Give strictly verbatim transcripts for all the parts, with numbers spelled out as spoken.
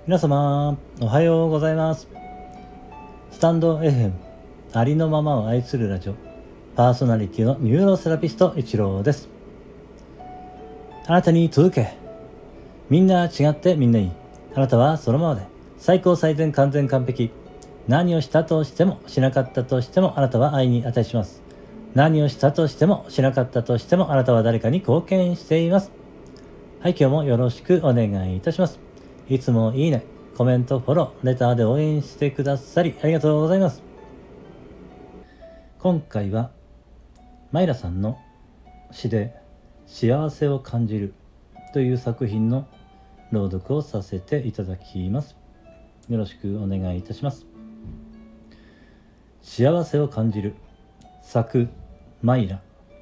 皆様おはようございます。スタンド エフエム ありのままを愛するラジオパーソナリティのニューロセラピスト一郎です。あなたに届け、みんな違ってみんないい、あなたはそのままで最高最善完全完璧。何をしたとしてもしなかったとしてもあなたは愛に値します。何をしたとしてもしなかったとしてもあなたは誰かに貢献しています。はい、今日もよろしくお願いいたします。いつもいいね、コメント、フォロー、レターで応援してくださりありがとうございます。今回はマイラさんの詩で幸せを感じるという作品の朗読をさせていただきます。よろしくお願いいたします。幸せを感じる、作マイラ。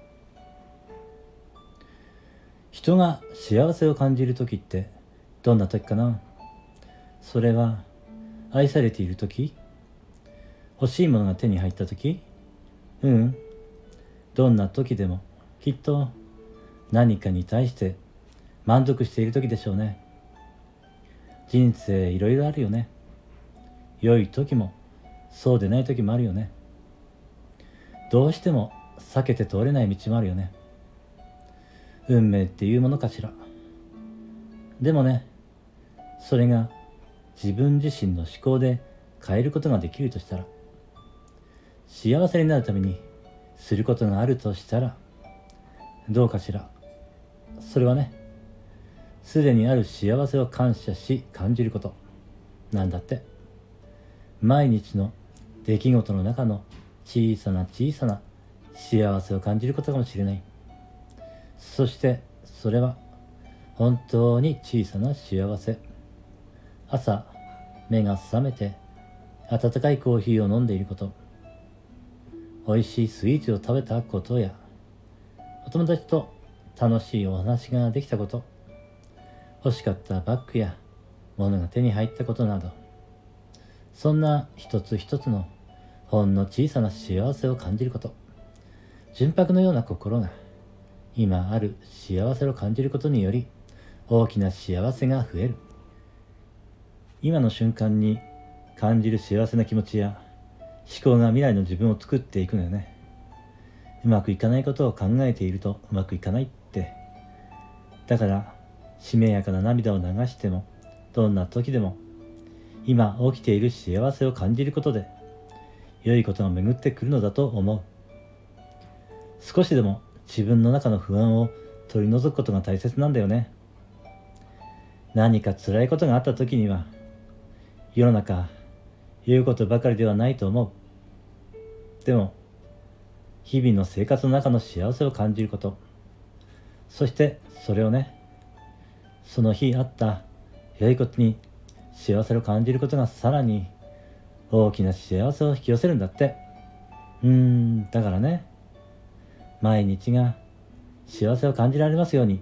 人が幸せを感じるときってどんなときかな。それは愛されているとき、欲しいものが手に入ったとき、うん、どんなときでもきっと何かに対して満足しているときでしょうね。人生いろいろあるよね。良いときもそうでないときもあるよね。どうしても避けて通れない道もあるよね。運命っていうものかしら。でもね、それが自分自身の思考で変えることができるとしたら、幸せになるためにすることがあるとしたらどうかしら。それはね、すでにある幸せを感謝し感じることなんだって。毎日の出来事の中の小さな小さな幸せを感じることかもしれない。そしてそれは本当に小さな幸せ。朝目が覚めて温かいコーヒーを飲んでいること、おいしいスイーツを食べたことや、お友達と楽しいお話ができたこと、欲しかったバッグや物が手に入ったことなど、そんな一つ一つのほんの小さな幸せを感じること、純白のような心が今ある幸せを感じることにより大きな幸せが増える。今の瞬間に感じる幸せな気持ちや思考が未来の自分を作っていくのよね。うまくいかないことを考えているとうまくいかないって。だからしめやかな涙を流しても、どんな時でも今起きている幸せを感じることで良いことが巡ってくるのだと思う。少しでも自分の中の不安を取り除くことが大切なんだよね。何か辛いことがあった時には、世の中言うことばかりではないと思う。でも日々の生活の中の幸せを感じること、そしてそれをね、その日あった良いことに幸せを感じることがさらに大きな幸せを引き寄せるんだって。うーんだからね、毎日が幸せを感じられますようにって。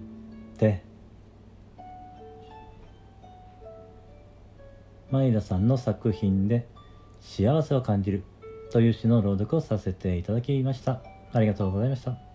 マイラさんの作品で幸せを感じるという詩の朗読をさせていただきました。ありがとうございました。